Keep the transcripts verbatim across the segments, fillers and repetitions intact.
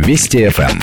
Вести эф эм.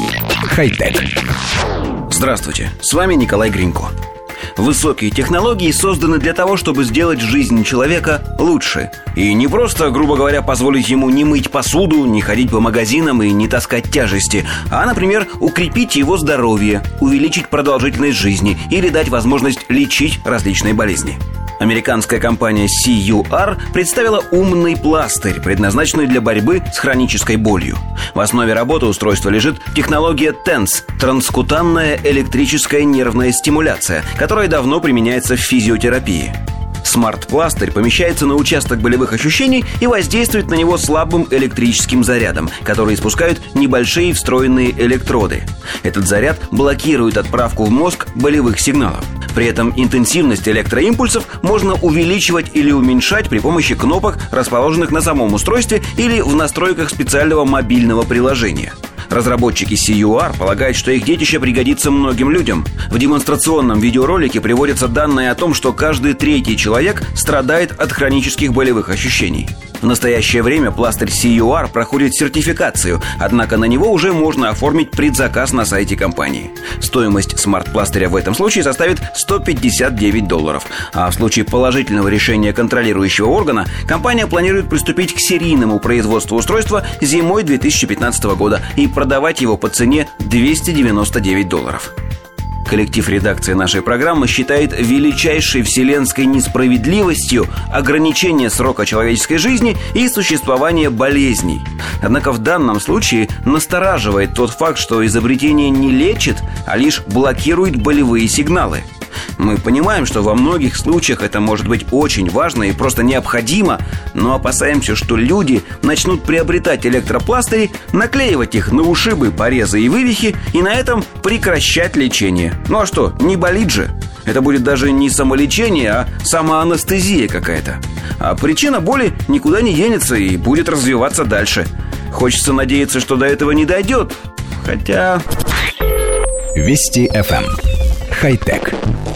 Хай-тек. Здравствуйте, с вами Николай Гринько. Высокие технологии созданы для того, чтобы сделать жизнь человека лучше. И не просто, грубо говоря, позволить ему не мыть посуду, не ходить по магазинам и не таскать тяжести, а, например, укрепить его здоровье, увеличить продолжительность жизни или дать возможность лечить различные болезни. Американская компания си ю ар представила умный пластырь, предназначенный для борьбы с хронической болью. В основе работы устройства лежит технология тенс – транскутанная электрическая нервная стимуляция, которая давно применяется в физиотерапии. Смарт-пластырь помещается на участок болевых ощущений и воздействует на него слабым электрическим зарядом, который испускают небольшие встроенные электроды. Этот заряд блокирует отправку в мозг болевых сигналов. При этом интенсивность электроимпульсов можно увеличивать или уменьшать при помощи кнопок, расположенных на самом устройстве или в настройках специального мобильного приложения. Разработчики си ю ар полагают, что их детище пригодится многим людям. В демонстрационном видеоролике приводятся данные о том, что каждый третий человек страдает от хронических болевых ощущений. В настоящее время пластырь си ю ар проходит сертификацию, однако на него уже можно оформить предзаказ на сайте компании. Стоимость смарт-пластыря в этом случае составит сто пятьдесят девять долларов, а в случае положительного решения контролирующего органа компания планирует приступить к серийному производству устройства зимой две тысячи пятнадцатого года и продавать его по цене двести девяносто девять долларов. Коллектив редакции нашей программы считает величайшей вселенской несправедливостью ограничение срока человеческой жизни и существование болезней. Однако в данном случае настораживает тот факт, что изобретение не лечит, а лишь блокирует болевые сигналы. Мы понимаем, что во многих случаях это может быть очень важно и просто необходимо, но опасаемся, что люди начнут приобретать электропластыри, наклеивать их на ушибы, порезы и вывихи и на этом прекращать лечение. Ну а что, не болит же? Это будет даже не самолечение, а самоанестезия какая-то. А причина боли никуда не денется и будет развиваться дальше. Хочется надеяться, что до этого не дойдет, хотя... Вести эф эм. Хай-тек.